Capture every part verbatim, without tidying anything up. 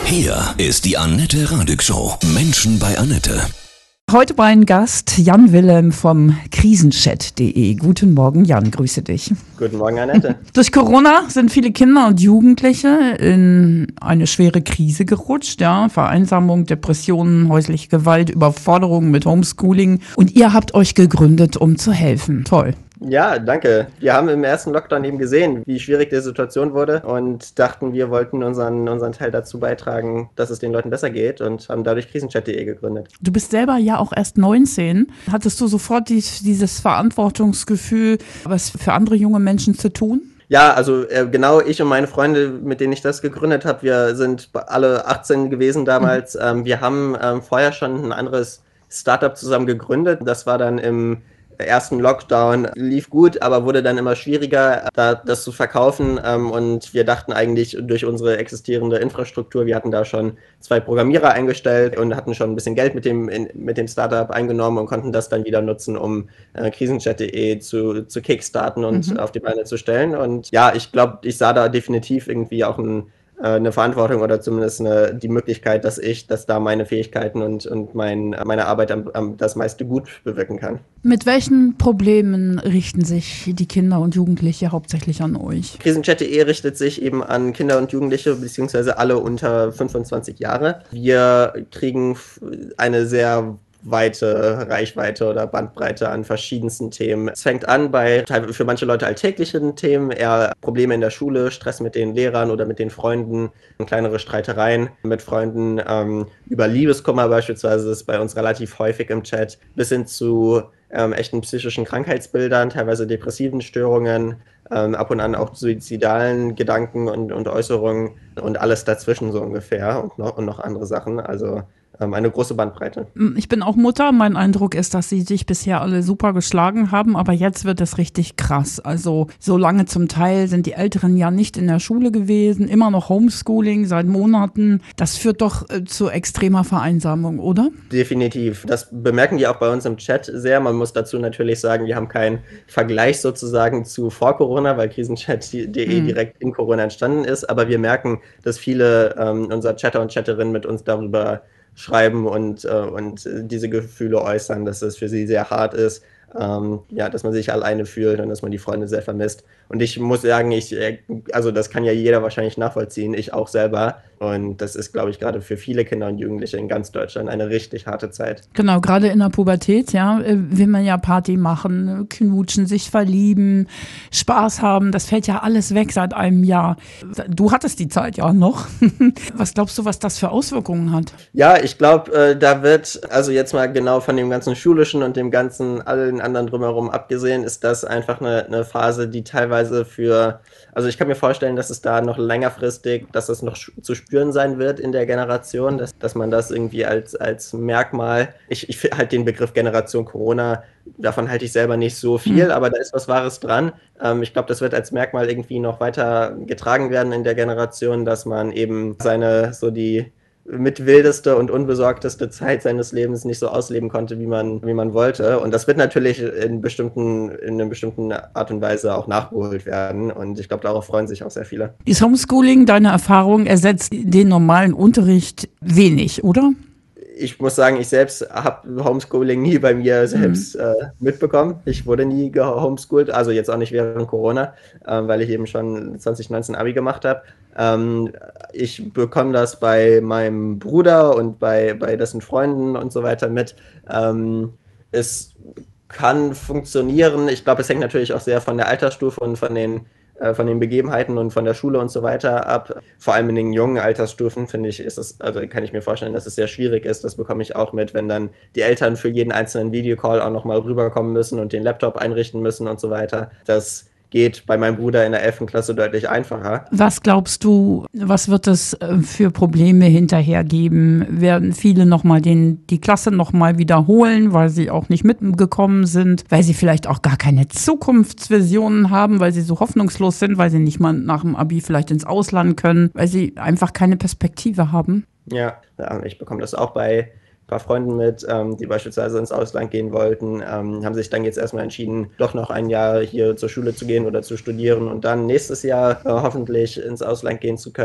Hier ist die Annette Radig Show. Menschen bei Annette. Heute mein Gast Jan Wilhelm vom krisenchat punkt de. Guten Morgen, Jan, grüße dich. Guten Morgen, Annette. Durch Corona sind viele Kinder und Jugendliche in eine schwere Krise gerutscht. Ja? Vereinsamung, Depressionen, häusliche Gewalt, Überforderung mit Homeschooling. Und ihr habt euch gegründet, um zu helfen. Toll. Ja, danke. Wir haben im ersten Lockdown eben gesehen, wie schwierig die Situation wurde und dachten, wir wollten unseren, unseren Teil dazu beitragen, dass es den Leuten besser geht und haben dadurch krisenchat punkt de gegründet. Du bist selber ja auch erst neunzehn. Hattest du sofort dies, dieses Verantwortungsgefühl, was für andere junge Menschen zu tun? Ja, also äh, genau ich und meine Freunde, mit denen ich das gegründet habe, wir sind alle achtzehn gewesen damals. Mhm. Ähm, wir haben ähm, vorher schon ein anderes Startup zusammen gegründet. Das war dann im ersten Lockdown, lief gut, aber wurde dann immer schwieriger, da das zu verkaufen. Ähm, und wir dachten eigentlich durch unsere existierende Infrastruktur, wir hatten da schon zwei Programmierer eingestellt und hatten schon ein bisschen Geld mit dem, in, mit dem Startup eingenommen und konnten das dann wieder nutzen, um äh, krisenchat punkt de zu, zu kickstarten und mhm. auf die Beine zu stellen. Und ja, ich glaube, ich sah da definitiv irgendwie auch ein eine Verantwortung oder zumindest eine, die Möglichkeit, dass ich, dass da meine Fähigkeiten und, und mein, meine Arbeit am, am, das meiste gut bewirken kann. Mit welchen Problemen richten sich die Kinder und Jugendliche hauptsächlich an euch? krisenchat punkt de richtet sich eben an Kinder und Jugendliche, beziehungsweise alle unter fünfundzwanzig Jahre. Wir kriegen eine sehr weite Reichweite oder Bandbreite an verschiedensten Themen. Es fängt an bei für manche Leute alltäglichen Themen, eher Probleme in der Schule, Stress mit den Lehrern oder mit den Freunden, kleinere Streitereien mit Freunden, ähm, über Liebeskummer beispielsweise ist bei uns relativ häufig im Chat, bis hin zu ähm, echten psychischen Krankheitsbildern, teilweise depressiven Störungen, ähm, ab und an auch suizidalen Gedanken und, und Äußerungen und alles dazwischen so ungefähr und noch, und noch andere Sachen. Also eine große Bandbreite. Ich bin auch Mutter. Mein Eindruck ist, dass sie sich bisher alle super geschlagen haben, aber jetzt wird es richtig krass. Also so lange zum Teil sind die Älteren ja nicht in der Schule gewesen, immer noch Homeschooling seit Monaten. Das führt doch äh, zu extremer Vereinsamung, oder? Definitiv. Das bemerken die auch bei uns im Chat sehr. Man muss dazu natürlich sagen, wir haben keinen Vergleich sozusagen zu vor Corona, weil krisenchat punkt de mhm. direkt in Corona entstanden ist. Aber wir merken, dass viele ähm, unserer Chatter und Chatterinnen mit uns darüber schreiben und, äh, und diese Gefühle äußern, dass es für sie sehr hart ist, ähm, ja, dass man sich alleine fühlt und dass man die Freunde sehr vermisst. Und ich muss sagen, ich, also das kann ja jeder wahrscheinlich nachvollziehen, ich auch selber. Und das ist, glaube ich, gerade für viele Kinder und Jugendliche in ganz Deutschland eine richtig harte Zeit. Genau, gerade in der Pubertät, ja, will man ja Party machen, knutschen, sich verlieben, Spaß haben. Das fällt ja alles weg seit einem Jahr. Du hattest die Zeit ja noch. Was glaubst du, was das für Auswirkungen hat? Ja, ich glaube, äh, da wird, also jetzt mal genau von dem ganzen Schulischen und dem ganzen, allen anderen drumherum abgesehen, ist das einfach eine, eine Phase, die teilweise für, also ich kann mir vorstellen, dass es da noch längerfristig, dass es noch zu spüren sein wird in der Generation, dass, dass man das irgendwie als, als Merkmal, ich, ich halt den Begriff Generation Corona, davon halte ich selber nicht so viel, mhm. aber da ist was Wahres dran. Ähm, ich glaube, das wird als Merkmal irgendwie noch weiter getragen werden in der Generation, dass man eben seine, so die mit wildeste und unbesorgteste Zeit seines Lebens nicht so ausleben konnte, wie man, wie man wollte. Und das wird natürlich in bestimmten, in einer bestimmten Art und Weise auch nachgeholt werden. Und ich glaube, darauf freuen sich auch sehr viele. Ist Homeschooling, deine Erfahrung, ersetzt den normalen Unterricht wenig, oder? Ich muss sagen, ich selbst habe Homeschooling nie bei mir selbst mhm. äh, mitbekommen. Ich wurde nie gehomeschoolt, also jetzt auch nicht während Corona, äh, weil ich eben schon zwanzig neunzehn Abi gemacht habe. Ähm, ich bekomme das bei meinem Bruder und bei, bei dessen Freunden und so weiter mit. Ähm, es kann funktionieren. Ich glaube, es hängt natürlich auch sehr von der Altersstufe und von den von den Begebenheiten und von der Schule und so weiter ab. Vor allem in den jungen Altersstufen, finde ich, ist es, also kann ich mir vorstellen, dass es sehr schwierig ist. Das bekomme ich auch mit, wenn dann die Eltern für jeden einzelnen Videocall auch nochmal rüberkommen müssen und den Laptop einrichten müssen und so weiter. Das geht bei meinem Bruder in der elften Klasse deutlich einfacher. Was glaubst du, was wird es für Probleme hinterher geben? Werden viele nochmal die Klasse nochmal wiederholen, weil sie auch nicht mitgekommen sind, weil sie vielleicht auch gar keine Zukunftsvisionen haben, weil sie so hoffnungslos sind, weil sie nicht mal nach dem Abi vielleicht ins Ausland können, weil sie einfach keine Perspektive haben? Ja, ich bekomme das auch bei ein paar Freunden mit, ähm, die beispielsweise ins Ausland gehen wollten, ähm, haben sich dann jetzt erstmal entschieden, doch noch ein Jahr hier zur Schule zu gehen oder zu studieren und dann nächstes Jahr äh, hoffentlich ins Ausland gehen zu können.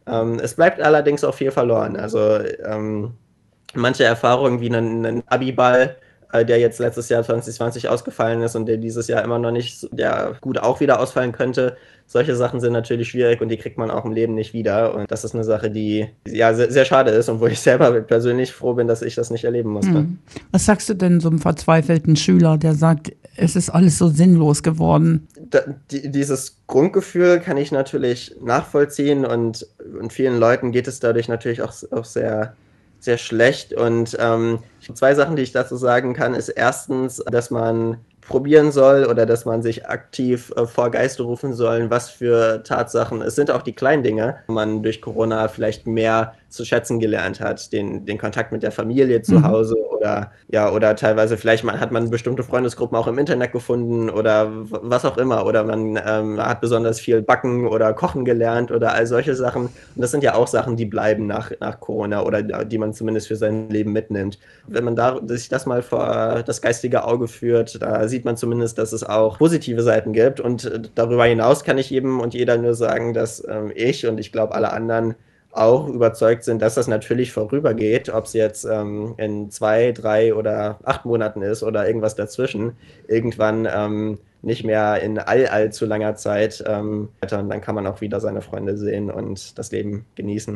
Ähm, es bleibt allerdings auch viel verloren. Also ähm, manche Erfahrungen wie ein, ein Abiball, äh, der jetzt letztes Jahr zwanzig zwanzig ausgefallen ist und der dieses Jahr immer noch nicht, der gut auch wieder ausfallen könnte. Solche Sachen sind natürlich schwierig und die kriegt man auch im Leben nicht wieder. Und das ist eine Sache, die ja sehr, sehr schade ist und wo ich selber persönlich froh bin, dass ich das nicht erleben musste. Hm. Was sagst du denn so einem verzweifelten Schüler, der sagt, es ist alles so sinnlos geworden? Da, die, dieses Grundgefühl kann ich natürlich nachvollziehen und, und vielen Leuten geht es dadurch natürlich auch, auch sehr, sehr schlecht. Und ähm, zwei Sachen, die ich dazu sagen kann, ist erstens, dass man probieren soll oder dass man sich aktiv äh, vor Geiste rufen soll, was für Tatsachen, es sind auch die kleinen Dinge, man durch Corona vielleicht mehr zu schätzen gelernt hat, den, den Kontakt mit der Familie zu Hause oder ja, oder teilweise vielleicht man, hat man bestimmte Freundesgruppen auch im Internet gefunden oder was auch immer oder man ähm, hat besonders viel Backen oder Kochen gelernt oder all solche Sachen und das sind ja auch Sachen, die bleiben nach, nach Corona oder die man zumindest für sein Leben mitnimmt. Wenn man da, sich das mal vor das geistige Auge führt, da sieht man zumindest, dass es auch positive Seiten gibt und darüber hinaus kann ich jedem und jeder nur sagen, dass ähm, ich und ich glaube alle anderen auch überzeugt sind, dass das natürlich vorübergeht, ob es jetzt ähm, in zwei, drei oder acht Monaten ist oder irgendwas dazwischen, irgendwann ähm, nicht mehr in all, allzu langer Zeit, ähm, und dann kann man auch wieder seine Freunde sehen und das Leben genießen.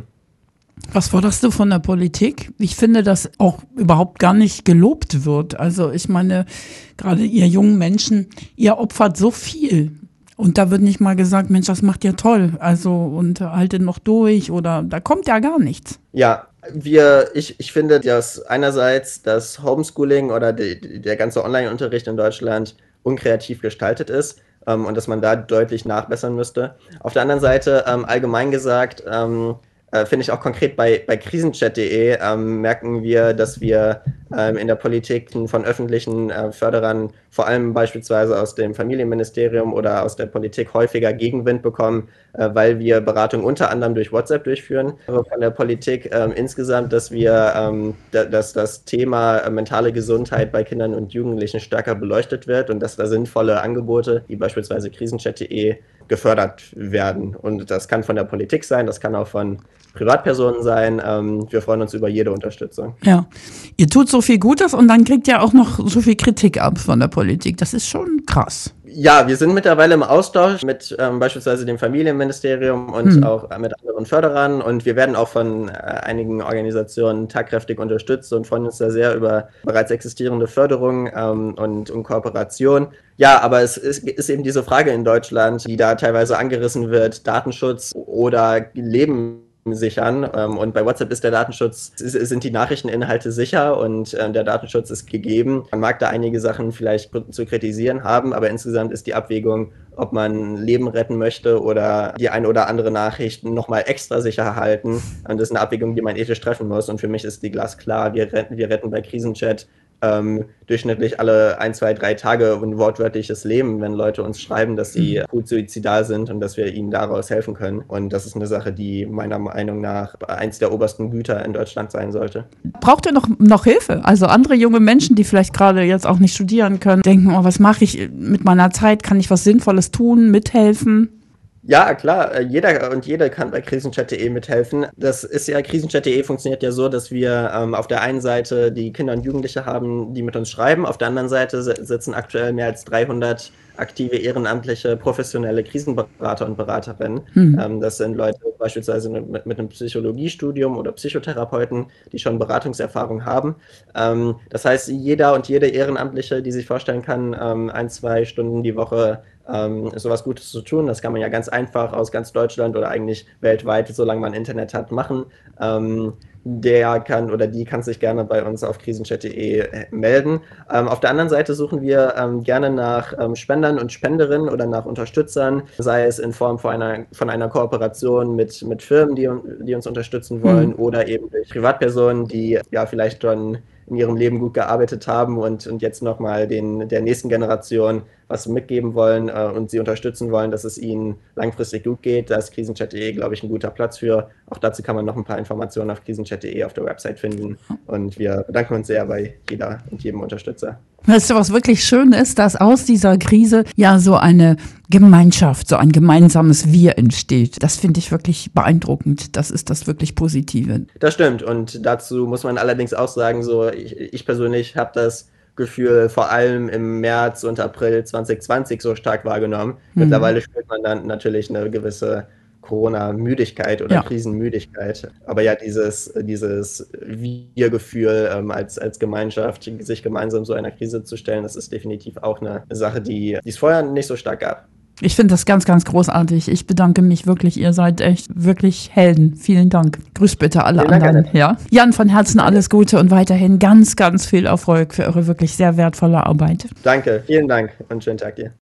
Was forderst du von der Politik? Ich finde, dass auch überhaupt gar nicht gelobt wird. Also ich meine, gerade ihr jungen Menschen, ihr opfert so viel. Und da wird nicht mal gesagt, Mensch, das macht ihr toll. Also und haltet noch durch oder da kommt ja gar nichts. Ja, wir, ich, ich finde, dass einerseits das Homeschooling oder die, der ganze Online-Unterricht in Deutschland unkreativ gestaltet ist ähm, und dass man da deutlich nachbessern müsste. Auf der anderen Seite, ähm, allgemein gesagt, ähm, Äh, finde ich auch konkret bei, bei krisenchat punkt de ähm, merken wir, dass wir ähm, in der Politik von öffentlichen äh, Förderern, vor allem beispielsweise aus dem Familienministerium oder aus der Politik, häufiger Gegenwind bekommen, äh, weil wir Beratung unter anderem durch WhatsApp durchführen. Aber von der Politik ähm, insgesamt, dass wir, ähm, da, dass das Thema äh, mentale Gesundheit bei Kindern und Jugendlichen stärker beleuchtet wird und dass da sinnvolle Angebote, wie beispielsweise krisenchat punkt de, gefördert werden. Und das kann von der Politik sein, das kann auch von Privatpersonen sein. Ähm, wir freuen uns über jede Unterstützung. Ja, ihr tut so viel Gutes und dann kriegt ihr auch noch so viel Kritik ab von der Politik. Das ist schon krass. Ja, wir sind mittlerweile im Austausch mit ähm, beispielsweise dem Familienministerium und hm. auch mit anderen Förderern und wir werden auch von äh, einigen Organisationen tatkräftig unterstützt und freuen uns da sehr über bereits existierende Förderung ähm, und, und Kooperation. Ja, aber es ist, ist eben diese Frage in Deutschland, die da teilweise angerissen wird, Datenschutz oder Leben sichern und bei WhatsApp ist der Datenschutz, sind die Nachrichteninhalte sicher und der Datenschutz ist gegeben. Man mag da einige Sachen vielleicht zu kritisieren haben, aber insgesamt ist die Abwägung, ob man Leben retten möchte oder die ein oder andere Nachricht nochmal extra sicher halten. Und das ist eine Abwägung, die man ethisch treffen muss und für mich ist die glasklar, wir retten, wir retten bei Krisenchat Ähm, durchschnittlich alle ein, zwei, drei Tage ein wortwörtliches Leben, wenn Leute uns schreiben, dass sie gut suizidal sind und dass wir ihnen daraus helfen können. Und das ist eine Sache, die meiner Meinung nach eins der obersten Güter in Deutschland sein sollte. Braucht ihr noch, noch Hilfe? Also andere junge Menschen, die vielleicht gerade jetzt auch nicht studieren können, denken, oh, was mache ich mit meiner Zeit? Kann ich was Sinnvolles tun, mithelfen? Ja, klar, jeder und jede kann bei krisenchat punkt de mithelfen. Das ist ja, krisenchat punkt de funktioniert ja so, dass wir ähm, auf der einen Seite die Kinder und Jugendliche haben, die mit uns schreiben, auf der anderen Seite sitzen aktuell mehr als dreihundert aktive ehrenamtliche, professionelle Krisenberater und Beraterinnen. Mhm. Ähm, das sind Leute beispielsweise mit, mit einem Psychologiestudium oder Psychotherapeuten, die schon Beratungserfahrung haben. Ähm, das heißt, jeder und jede Ehrenamtliche, die sich vorstellen kann, ähm, ein, zwei Stunden die Woche ähm, sowas Gutes zu tun, das kann man ja ganz einfach aus ganz Deutschland oder eigentlich weltweit, solange man Internet hat, machen. Ähm, der kann oder die kann sich gerne bei uns auf krisenchat punkt de melden. Ähm, auf der anderen Seite suchen wir ähm, gerne nach ähm, Spendern und Spenderinnen oder nach Unterstützern, sei es in Form von einer, von einer Kooperation mit, mit Firmen, die, die uns unterstützen wollen, mhm. oder eben durch Privatpersonen, die ja vielleicht schon in ihrem Leben gut gearbeitet haben und, und jetzt nochmal den der nächsten Generation was mitgeben wollen äh, und sie unterstützen wollen, dass es ihnen langfristig gut geht. Da ist krisenchat punkt de, glaube ich, ein guter Platz für. Auch dazu kann man noch ein paar Informationen auf krisenchat punkt de auf der Website finden. Und wir bedanken uns sehr bei jeder und jedem Unterstützer. Weißt du, was wirklich schön ist, dass aus dieser Krise ja so eine Gemeinschaft, so ein gemeinsames Wir entsteht. Das finde ich wirklich beeindruckend. Das ist das wirklich Positive. Das stimmt. Und dazu muss man allerdings auch sagen, so ich, ich persönlich habe das Gefühl vor allem im März und April zwanzig zwanzig so stark wahrgenommen. Mhm. Mittlerweile spürt man dann natürlich eine gewisse Corona-Müdigkeit oder ja. Krisenmüdigkeit. Aber ja, dieses, dieses Wir-Gefühl ähm, als, als Gemeinschaft, sich gemeinsam so einer Krise zu stellen, das ist definitiv auch eine Sache, die es vorher nicht so stark gab. Ich finde das ganz, ganz großartig. Ich bedanke mich wirklich. Ihr seid echt wirklich Helden. Vielen Dank. Grüß bitte alle Vielen anderen. Dank, ja? Jan, von Herzen alles Gute und weiterhin ganz, ganz viel Erfolg für eure wirklich sehr wertvolle Arbeit. Danke. Vielen Dank und schönen Tag dir.